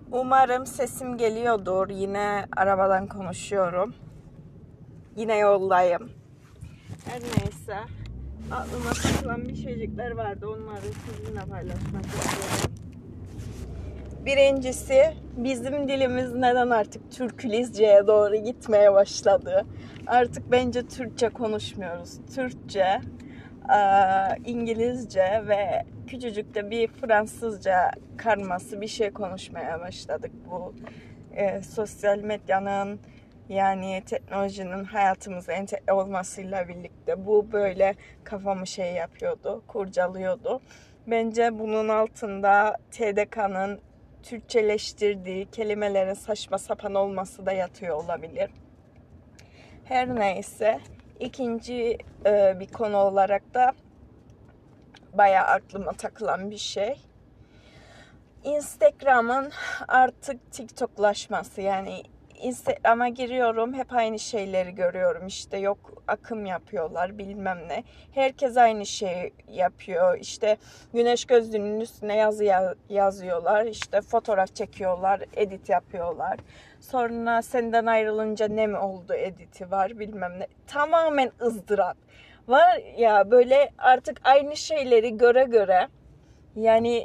Umarım sesim geliyordur. Yine arabadan konuşuyorum. Yine yoldayım. Her neyse. Aklıma takılan bir şeycikler vardı. Onları sizinle paylaşmak istiyorum. Birincisi, bizim dilimiz neden artık Türkülizce'ye doğru gitmeye başladı? Artık bence Türkçe konuşmuyoruz. Türkçe, İngilizce ve küçücük de bir Fransızca karması bir şey konuşmaya başladık. Bu sosyal medyanın yani teknolojinin hayatımıza entegre olmasıyla birlikte bu böyle kafamı şey yapıyordu, kurcalıyordu. Bence bunun altında TDK'nın Türkçeleştirdiği kelimelerin saçma sapan olması da yatıyor olabilir. Her neyse, ikinci bir konu olarak da bayağı aklıma takılan bir şey. Instagram'ın artık TikTok'laşması. Yani Instagram'a giriyorum, hep aynı şeyleri görüyorum. İşte yok akım yapıyorlar, bilmem ne. Herkes aynı şeyi yapıyor. İşte güneş gözlüğünün üstüne yazı yazıyorlar. İşte fotoğraf çekiyorlar, edit yapıyorlar. Sonra senden ayrılınca ne mi oldu editi var, bilmem ne. Tamamen ızdırap. Var ya böyle artık aynı şeyleri göre yani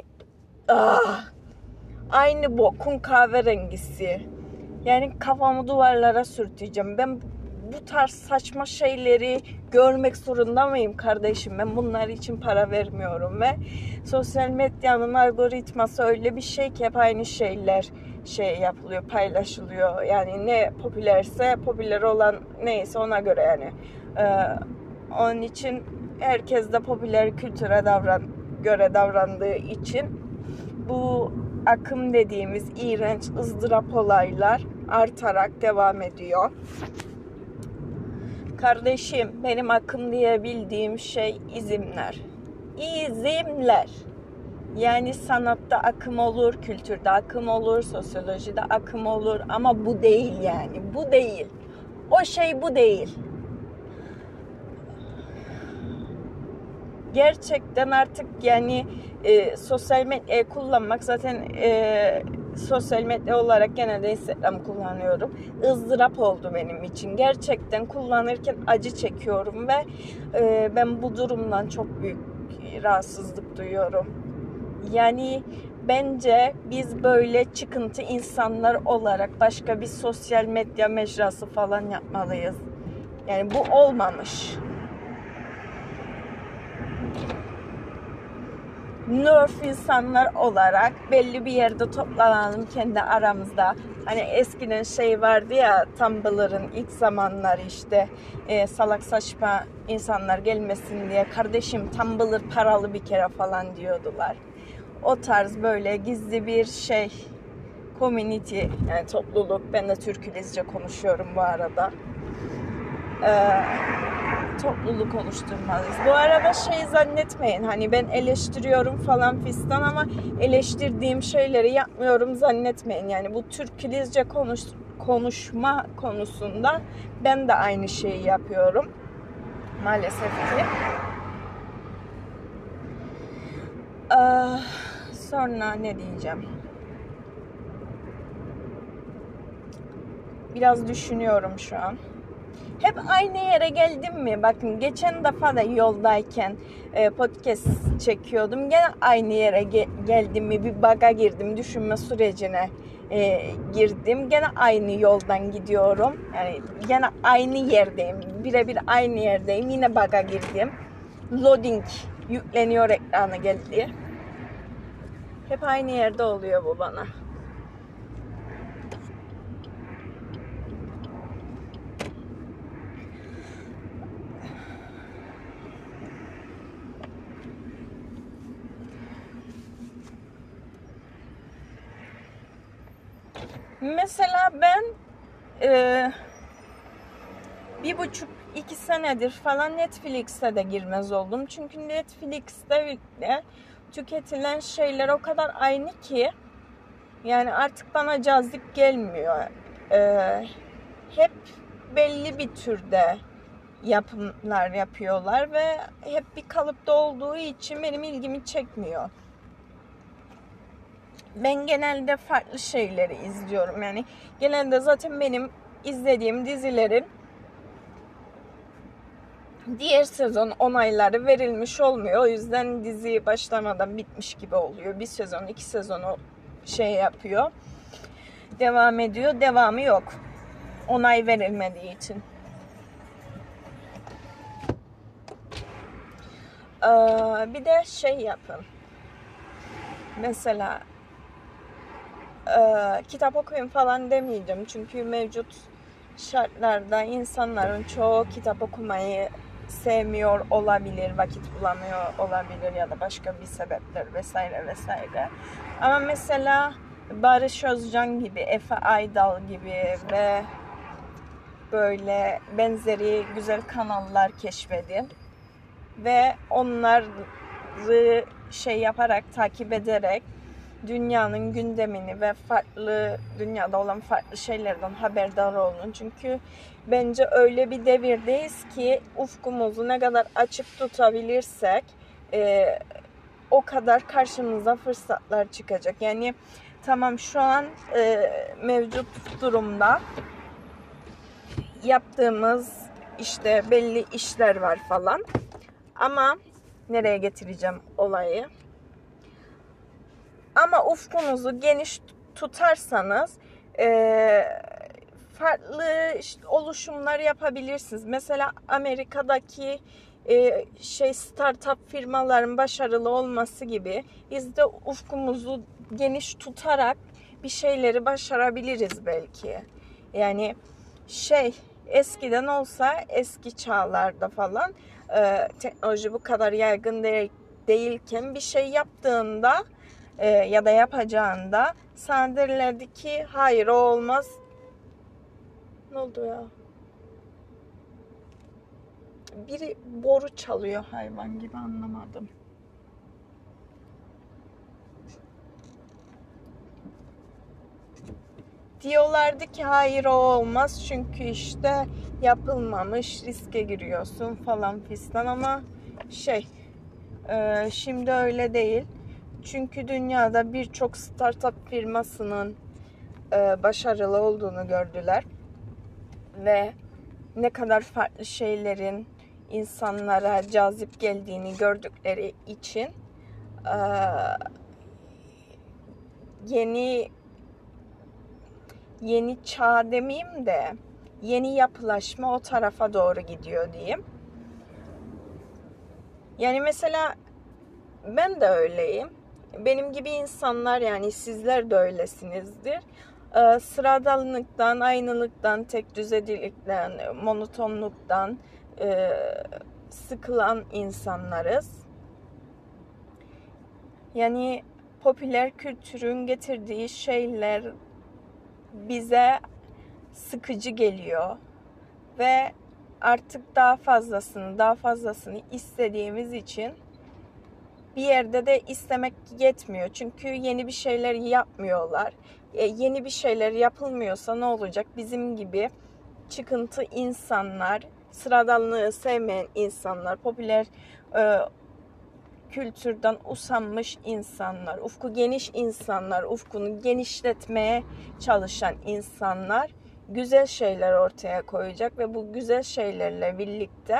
aynı bokun kahverengisi. Yani kafamı duvarlara sürteceğim. Ben bu tarz saçma şeyleri görmek zorunda mıyım kardeşim? Ben bunlar için para vermiyorum ve sosyal medyanın algoritması öyle bir şey ki hep aynı şeyler yapılıyor, paylaşılıyor. Yani ne popülerse, popüler olan neyse ona göre yani. Onun için herkes de popüler kültüre göre davrandığı için bu akım dediğimiz iğrenç ızdırap olaylar artarak devam ediyor. Kardeşim, benim akım diye bildiğim şey izimler. İzimler. Yani sanatta akım olur, kültürde akım olur, sosyolojide akım olur ama bu değil yani. Bu değil. O şey bu değil. Gerçekten artık yani sosyal medya kullanmak zaten sosyal medya olarak genelde Instagram kullanıyorum. Izdırap oldu benim için. Gerçekten kullanırken acı çekiyorum ve ben bu durumdan çok büyük rahatsızlık duyuyorum. Yani bence biz böyle çıkıntı insanlar olarak başka bir sosyal medya mecrası falan yapmalıyız. Yani bu olmamış. Nerf insanlar olarak belli bir yerde toplanalım kendi aramızda. Hani eskiden şey vardı ya, Tumblr'ın ilk zamanları işte salak saçma insanlar gelmesin diye, kardeşim Tumblr paralı bir kere falan diyordular. O tarz böyle gizli bir şey, community yani topluluk. Ben de Türkülizce konuşuyorum bu arada. Topluluk oluşturmalıyız. Bu arada şey zannetmeyin, hani ben eleştiriyorum falan fistan ama eleştirdiğim şeyleri yapmıyorum zannetmeyin. Yani bu Türkülizce konuşma konusunda ben de aynı şeyi yapıyorum maalesef ki. Sonra ne diyeceğim? Biraz düşünüyorum şu an. Hep aynı yere geldim mi? Bakın geçen defa da yoldayken podcast çekiyordum. Gene aynı yere geldim mi? Bir bug'a girdim. Düşünme sürecine girdim. Gene aynı yoldan gidiyorum. Yani gene aynı yerdeyim. Birebir aynı yerdeyim. Yine bug'a girdim. Loading yükleniyor ekranı geldi. Hep aynı yerde oluyor bu bana. Mesela ben 1,5-2 senedir falan Netflix'e de girmez oldum. Çünkü Netflix'te tüketilen şeyler o kadar aynı ki yani artık bana cazip gelmiyor. Hep belli bir türde yapımlar yapıyorlar ve hep bir kalıpta olduğu için benim ilgimi çekmiyor. ben genelde farklı şeyleri izliyorum. Yani genelde zaten benim izlediğim dizilerin diğer sezon onayları verilmiş olmuyor. O yüzden dizi başlamadan bitmiş gibi oluyor. Bir sezon, 2 sezonu şey yapıyor. Devam ediyor. Devamı yok. Onay verilmediği için. Bir de şey yapın. Mesela kitap okuyun falan demeyeceğim. Çünkü mevcut şartlarda insanların çoğu kitap okumayı sevmiyor olabilir, vakit bulamıyor olabilir ya da başka bir sebepler vesaire vesaire. Ama mesela Barış Özcan gibi, Efe Aydal gibi ve böyle benzeri güzel kanallar keşfedin ve onları şey yaparak, takip ederek dünyanın gündemini ve farklı dünyada olan farklı şeylerden haberdar olun. Çünkü bence öyle bir devirdeyiz ki ufkumuzu ne kadar açık tutabilirsek o kadar karşımıza fırsatlar çıkacak. Yani tamam şu an mevcut durumda yaptığımız işte belli işler var falan. Ama nereye getireceğim olayı? Ama ufkunuzu geniş tutarsanız farklı oluşumlar yapabilirsiniz. Mesela Amerika'daki startup firmaların başarılı olması gibi biz de ufkumuzu geniş tutarak bir şeyleri başarabiliriz belki. Yani eskiden olsa eski çağlarda falan teknoloji bu kadar yaygın değilken bir şey yaptığında ya da yapacağında sana derlerdi ki hayır o olmaz. Ne oldu ya? Biri boru çalıyor hayvan gibi, anlamadım. Diyorlardı ki hayır o olmaz çünkü işte yapılmamış, riske giriyorsun falan fistan ama şimdi öyle değil. Çünkü dünyada birçok startup firmasının başarılı olduğunu gördüler ve ne kadar farklı şeylerin insanlara cazip geldiğini gördükleri için yeni çağ demeyeyim de yeni yapılaşma o tarafa doğru gidiyor diyeyim. Yani mesela ben de öyleyim. Benim gibi insanlar, yani sizler de öylesinizdir. Sıradanlıktan, aynılıktan, tek düzelilikten, monotonluktan sıkılan insanlarız. Yani popüler kültürün getirdiği şeyler bize sıkıcı geliyor ve artık daha fazlasını istediğimiz için bir yerde de istemek yetmiyor. Çünkü yeni bir şeyler yapmıyorlar. Yeni bir şeyler yapılmıyorsa ne olacak? Bizim gibi çıkıntı insanlar, sıradanlığı sevmeyen insanlar, popüler kültürden usanmış insanlar, ufku geniş insanlar, ufkunu genişletmeye çalışan insanlar güzel şeyler ortaya koyacak ve bu güzel şeylerle birlikte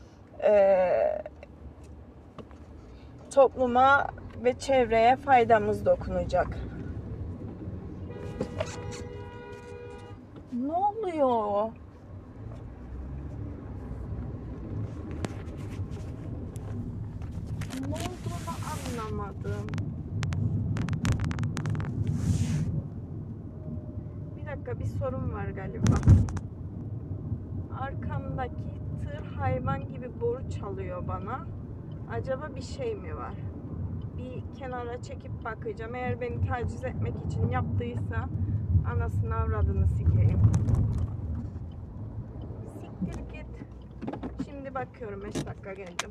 topluma ve çevreye faydamız dokunacak. Ne oluyor? Ne olduğunu anlamadım. Bir dakika, bir sorun var galiba. Arkamdaki tır hayvan gibi boru çalıyor bana. Acaba bir şey mi var? Bir kenara çekip bakacağım. Eğer beni taciz etmek için yaptıysa anasını avradını sikeyim. Siktir git. Şimdi bakıyorum, 5 dakika geldim.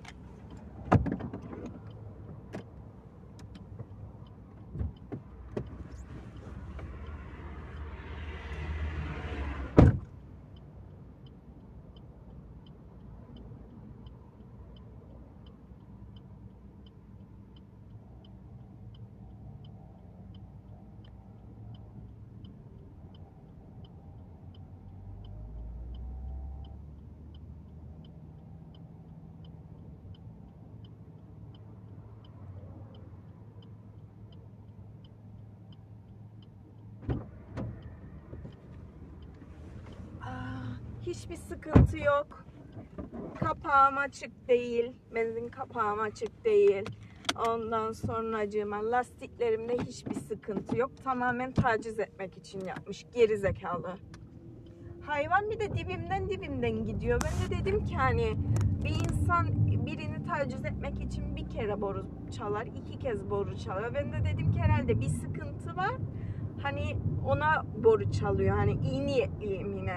hiçbir sıkıntı yok. Kapağım açık değil. Benzin kapağım açık değil. Ondan sonracığıma lastiklerimde hiçbir sıkıntı yok. Tamamen taciz etmek için yapmış. Geri zekalı. Hayvan bir de dibimden gidiyor. Ben de dedim ki hani bir insan birini taciz etmek için bir kere boru çalar, 2 kez boru çalar. Ben de dedim ki herhalde bir sıkıntı var. Hani ona boru çalıyor. Hani iyi niyetliyim yine.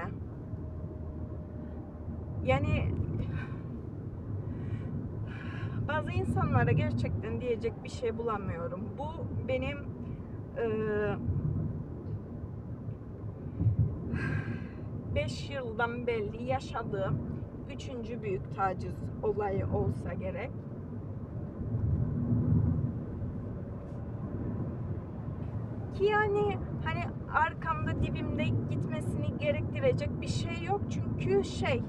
Yani bazı insanlara gerçekten diyecek bir şey bulamıyorum. Bu benim 5 yıldan beri yaşadığım 3. büyük taciz olayı olsa gerek. Ki yani hani arkamda dibimde gitmesini gerektirecek bir şey yok. Çünkü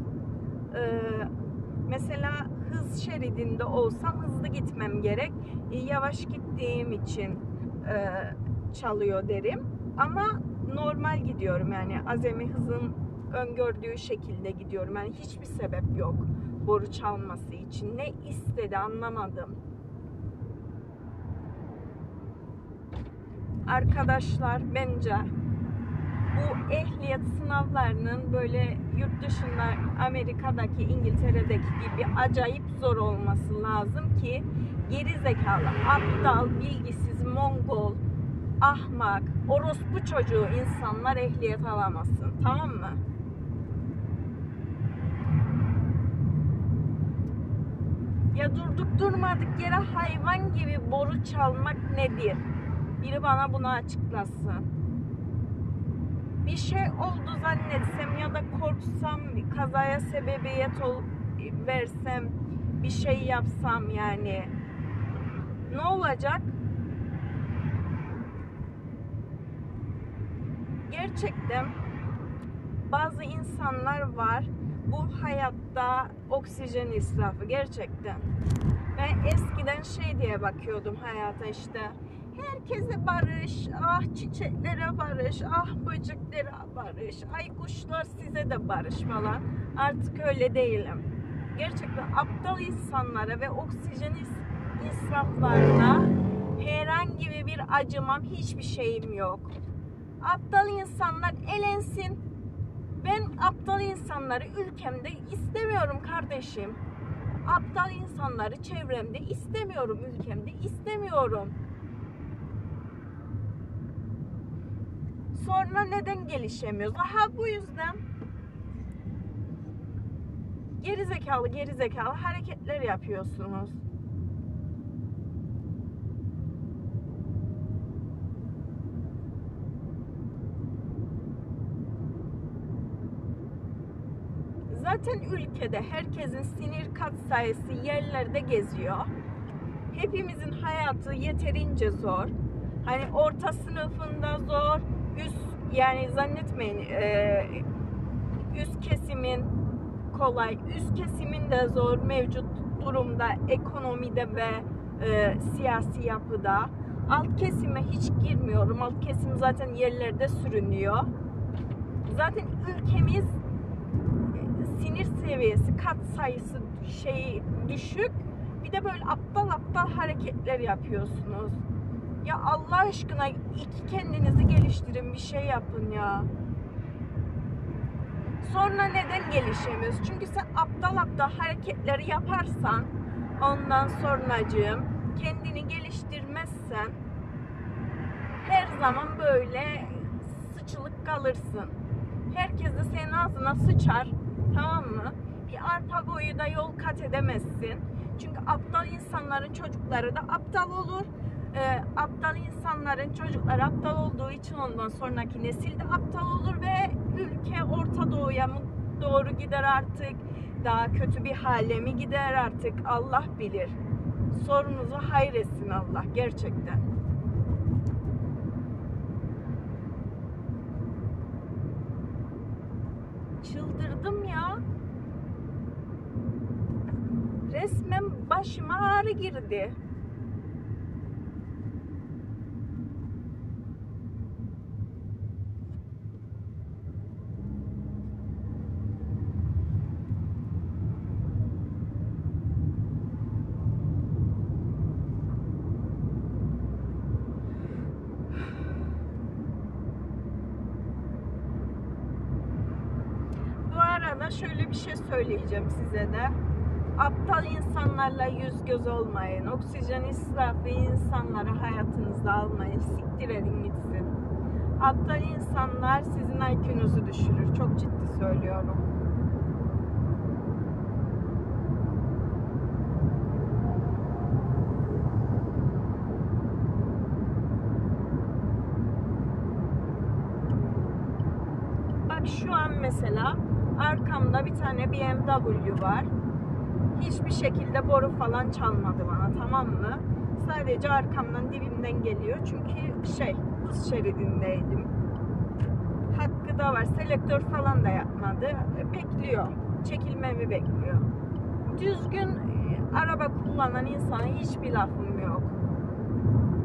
mesela hız şeridinde olsam hızlı gitmem gerek. Yavaş gittiğim için çalıyor derim. Ama normal gidiyorum yani azami hızın öngördüğü şekilde gidiyorum. Yani hiçbir sebep yok boru çalması için. Ne istedi anlamadım. Arkadaşlar bence bu ehliyet sınavlarının böyle yurt dışında Amerika'daki, İngiltere'deki gibi acayip zor olması lazım ki geri zekalı, aptal, bilgisiz, Mongol, ahmak, orospu çocuğu insanlar ehliyet alamasın. Tamam mı? Ya durduk durmadık yere hayvan gibi boru çalmak nedir? Biri bana bunu açıklasın. Bir şey oldu zannetsem ya da korksam, bir kazaya sebebiyet versem, bir şey yapsam yani ne olacak? Gerçekten bazı insanlar var bu hayatta oksijen israfı gerçekten. Ben eskiden diye bakıyordum hayata işte. Herkese barış, ah çiçeklere barış, ah böceklere barış, ay kuşlar size de barış falan. Artık öyle değilim. Gerçekten aptal insanlara ve oksijen israflarına herhangi bir acımam, hiçbir şeyim yok. Aptal insanlar elensin. Ben aptal insanları ülkemde istemiyorum kardeşim. Aptal insanları çevremde istemiyorum, ülkemde istemiyorum. Sonra neden gelişemiyoruz? Ha bu yüzden gerizekalı hareketler yapıyorsunuz. Zaten ülkede herkesin sinir katsayısı yerlerde geziyor. Hepimizin hayatı yeterince zor. Hani orta sınıfında zor, yani zannetmeyin üst kesimin kolay, üst kesimin de zor mevcut durumda ekonomide ve siyasi yapıda. Alt kesime hiç girmiyorum. Alt kesim zaten yerlerde sürünüyor. Zaten ülkemiz sinir seviyesi, kat sayısı düşük. Bir de böyle aptal hareketler yapıyorsunuz. Ya Allah aşkına kendinizi geliştirin, bir şey yapın ya. Sonra neden gelişemiyoruz? Çünkü sen aptal hareketleri yaparsan ondan sonracığım kendini geliştirmezsen her zaman böyle sıçılık kalırsın. Herkes de senin ağzına sıçar. Tamam mı? Bir arpa boyu da yol kat edemezsin. Çünkü aptal insanların çocukları da aptal olur. Aptal insanların çocukları aptal olduğu için ondan sonraki nesil de aptal olur ve ülke Orta Doğu'ya mı doğru gider artık, daha kötü bir hale mi gider artık, Allah bilir. Sorunuzu hayretsin Allah gerçekten. Çıldırdım ya. Resmen başıma ağrı girdi. Ama şöyle bir şey söyleyeceğim size de. Aptal insanlarla yüz göz olmayın. Oksijen israfı insanları hayatınıza almayın. Siktir edin gitsin. Aptal insanlar sizin IQ'nuzu düşürür. Çok ciddi söylüyorum. Bak şu an mesela arkamda bir tane BMW var. Hiçbir şekilde boru falan çalmadı bana, tamam mı? Sadece arkamdan, dibimden geliyor. Çünkü hız şeridindeydim. Hakkı da var. Selektör falan da yapmadı. Bekliyor. Çekilmemi bekliyor. Düzgün araba kullanan insana hiçbir lafım yok.